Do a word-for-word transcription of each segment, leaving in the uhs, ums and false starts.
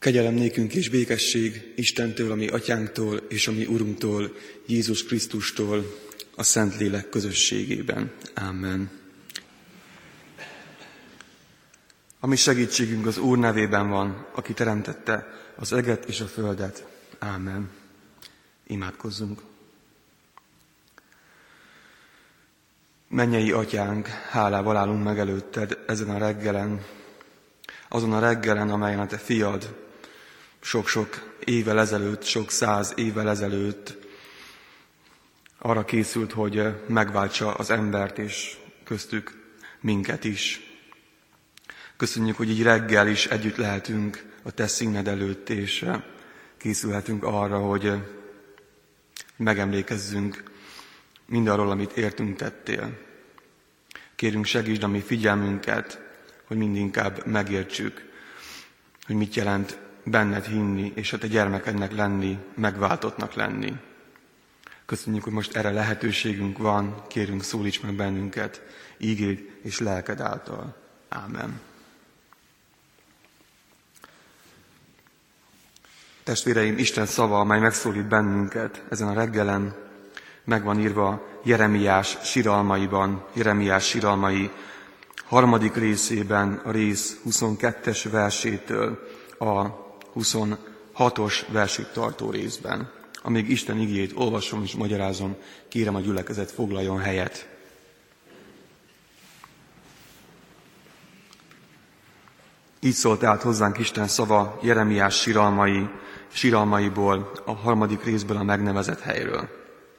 Kegyelem nékünk és békesség Istentől, a mi atyánktól és a mi Urunktól, Jézus Krisztustól, a Szentlélek közösségében. Ámen. A mi segítségünk az Úr nevében van, aki teremtette az eget és a földet. Ámen. Imádkozzunk. Mennyei Atyánk, hálával állunk meg előtted ezen a reggelen, azon a reggelen, amelyen a te fiad sok-sok évvel ezelőtt, sok száz évvel ezelőtt arra készült, hogy megváltsa az embert és köztük minket is. Köszönjük, hogy így reggel is együtt lehetünk a te színed előtt, és készülhetünk arra, hogy megemlékezzünk mindarról, amit értünk tettél. Kérünk, segítsd a mi figyelmünket, hogy mindinkább megértsük, hogy mit jelent benned hinni, és a te gyermekednek lenni, megváltottnak lenni. Köszönjük, hogy most erre lehetőségünk van, kérünk, szólíts meg bennünket, ígéd és lelked által. Ámen. Testvéreim, Isten szava, amely megszólít bennünket ezen a reggelen, meg van írva Jeremiás siralmaiban, Jeremiás siralmai harmadik részében, a rész huszonkettes versétől a huszonhatos versig tartó részben. Amíg Isten igéjét olvasom és magyarázom, kérem a gyülekezet foglaljon helyet. Így szólt át hozzánk Isten szava Jeremiás siralmai, siralmaiból, a harmadik részből a megnevezett helyről.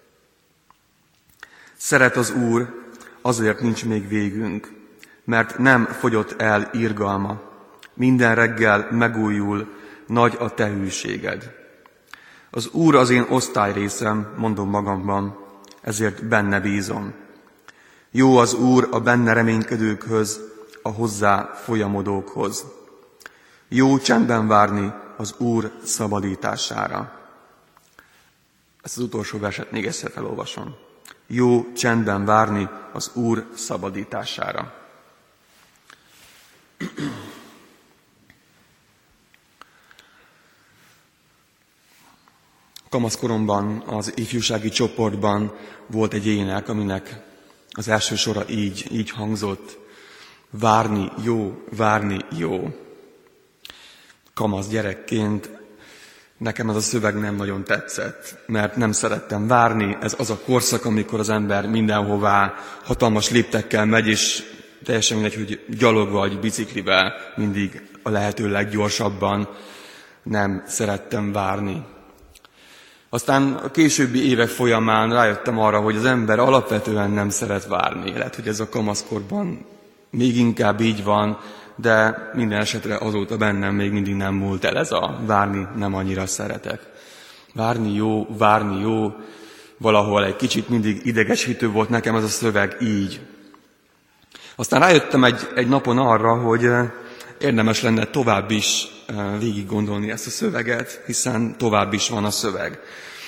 Szeret az Úr, azért nincs még végünk, mert nem fogyott el irgalma. Minden reggel megújul, nagy a te hűséged. Az Úr az én osztályrészem, mondom magamban, ezért benne bízom. Jó az Úr a benne reménykedőkhöz, a hozzá folyamodókhoz. Jó csendben várni az Úr szabadítására. Ezt az utolsó verset még egyszer felolvasom. Jó csendben várni az Úr szabadítására. Kamaszkoromban az ifjúsági csoportban volt egy ének, aminek az első sora így, így hangzott. Várni jó, várni jó. Kamasz gyerekként nekem ez a szöveg nem nagyon tetszett, mert nem szerettem várni. Ez az a korszak, amikor az ember mindenhová hatalmas léptekkel megy, és teljesen mindegy, hogy gyalog vagy biciklivel, mindig a lehető leggyorsabban. Nem szerettem várni. Aztán a későbbi évek folyamán rájöttem arra, hogy az ember alapvetően nem szeret várni. Lehet, hogy ez a kamaszkorban még inkább így van, de minden esetre azóta bennem még mindig nem múlt el ez a várni, nem annyira szeretek. Várni jó, várni jó, valahol egy kicsit mindig idegesítő volt nekem ez a szöveg így. Aztán rájöttem egy, egy napon arra, hogy érdemes lenne tovább is végig gondolni ezt a szöveget, hiszen tovább is van a szöveg.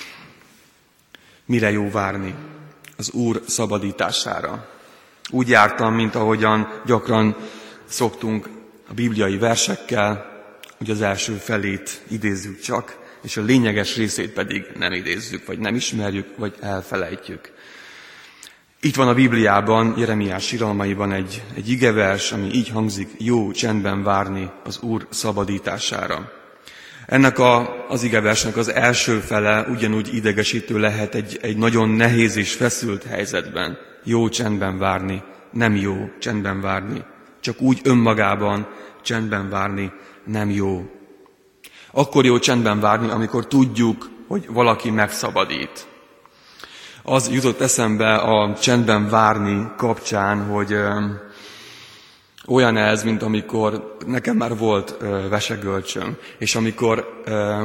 Mire jó várni? Az Úr szabadítására. Úgy jártam, mint ahogyan gyakran szoktunk a bibliai versekkel, hogy az első felét idézzük csak, és a lényeges részét pedig nem idézzük, vagy nem ismerjük, vagy elfelejtjük. Itt van a Bibliában, Jeremiás siralmaiban egy, egy igevers, ami így hangzik, jó csendben várni az Úr szabadítására. Ennek a, az igeversnek az első fele ugyanúgy idegesítő lehet egy, egy nagyon nehéz és feszült helyzetben. Jó csendben várni, nem jó csendben várni. Csak úgy önmagában csendben várni nem jó. Akkor jó csendben várni, amikor tudjuk, hogy valaki megszabadít. Az jutott eszembe a csendben várni kapcsán, hogy ö, olyan ez, mint amikor nekem már volt ö, vesegölcsöm, és amikor ö,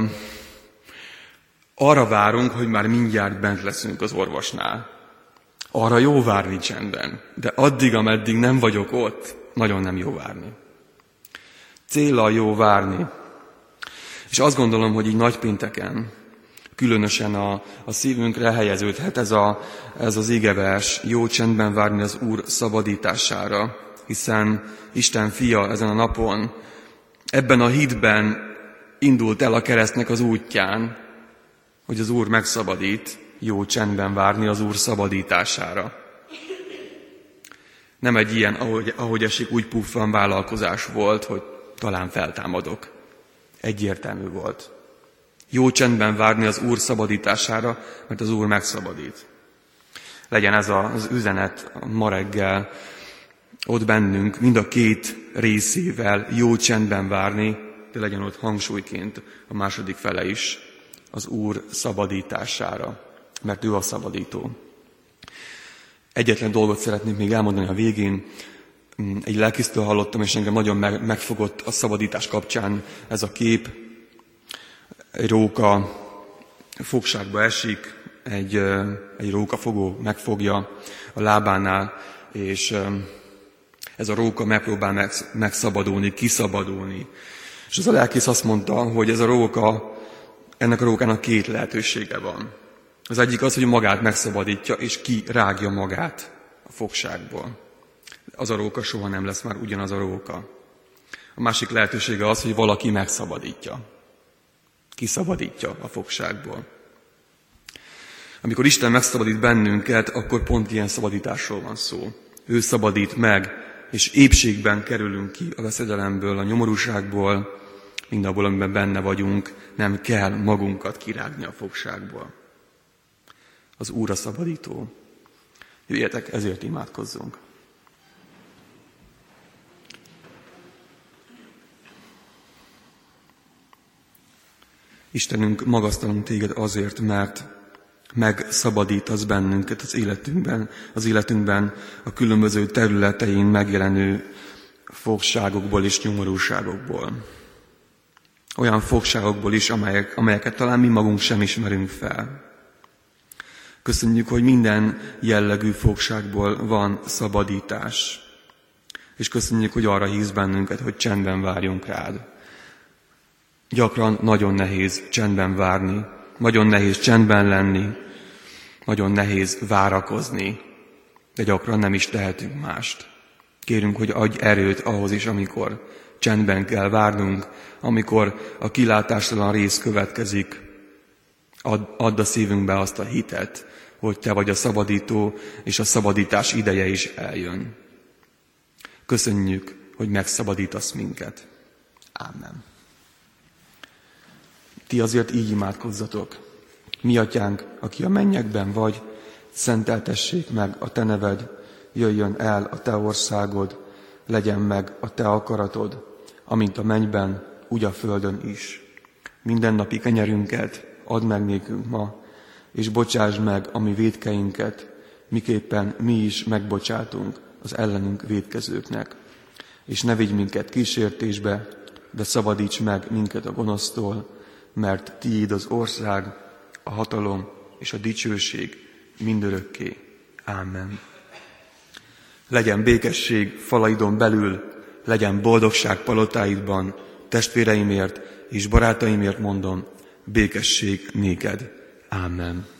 arra várunk, hogy már mindjárt bent leszünk az orvosnál. Arra jó várni csendben, de addig, ameddig nem vagyok ott, nagyon nem jó várni. Céllal jó várni. És azt gondolom, hogy így nagypénteken különösen a, a szívünkre helyeződhet ez, a, ez az igevers, jó csendben várni az Úr szabadítására, hiszen Isten fia ezen a napon ebben a hitben indult el a keresztnek az útján, hogy az Úr megszabadít, jó csendben várni az Úr szabadítására. Nem egy ilyen, ahogy, ahogy esik, úgy puffan vállalkozás volt, hogy talán feltámadok. Egyértelmű volt. Jó csendben várni az Úr szabadítására, mert az Úr megszabadít. Legyen ez az üzenet ma reggel ott bennünk, mind a két részével jó csendben várni, de legyen ott hangsúlyként a második fele is az Úr szabadítására, mert ő a szabadító. Egyetlen dolgot szeretnék még elmondani a végén. Egy lelkésztől hallottam, és engem nagyon megfogott a szabadítás kapcsán ez a kép. Egy róka fogságba esik, egy, egy rókafogó megfogja a lábánál, és ez a róka megpróbál megszabadulni, kiszabadulni. És az a lelkész azt mondta, hogy ez a róka, ennek a rókának két lehetősége van. Az egyik az, hogy magát megszabadítja, és kirágja magát a fogságból. Az a róka soha nem lesz már ugyanaz a róka. A másik lehetősége az, hogy valaki megszabadítja. Kiszabadítja a fogságból. Amikor Isten megszabadít bennünket, akkor pont ilyen szabadításról van szó. Ő szabadít meg, és épségben kerülünk ki a veszedelemből, a nyomorúságból, mindabból, amiben benne vagyunk, nem kell magunkat kirágni a fogságból. Az Úr a szabadító. Jöjjetek, ezért imádkozzunk. Istenünk, magasztalunk téged azért, mert megszabadítasz bennünket az életünkben, az életünkben a különböző területein megjelenő fogságokból és nyomorúságokból. Olyan fogságokból is, amelyek, amelyeket talán mi magunk sem ismerünk fel. Köszönjük, hogy minden jellegű fogságból van szabadítás. És köszönjük, hogy arra hívsz bennünket, hogy csendben várjunk rád. Gyakran nagyon nehéz csendben várni, nagyon nehéz csendben lenni, nagyon nehéz várakozni, de gyakran nem is tehetünk mást. Kérünk, hogy adj erőt ahhoz is, amikor csendben kell várnunk, amikor a kilátástalan rész következik. Add, add a szívünkbe azt a hitet, hogy te vagy a szabadító, és a szabadítás ideje is eljön. Köszönjük, hogy megszabadítasz minket. Ámen. Ti azért így imádkozzatok. Mi atyánk, aki a mennyekben vagy, szenteltessék meg a te neved, jöjjön el a te országod, legyen meg a te akaratod, amint a mennyben, úgy a földön is. Mindennapi kenyerünket add meg nékünk ma, és bocsásd meg a mi vétkeinket, miképpen mi is megbocsátunk az ellenünk vétkezőknek. És ne vigy minket kísértésbe, de szabadíts meg minket a gonosztól, mert tiéd az ország, a hatalom és a dicsőség mindörökké. Ámen. Legyen békesség falaidon belül, legyen boldogság palotáidban, testvéreimért és barátaimért mondom, békesség néked. Ámen.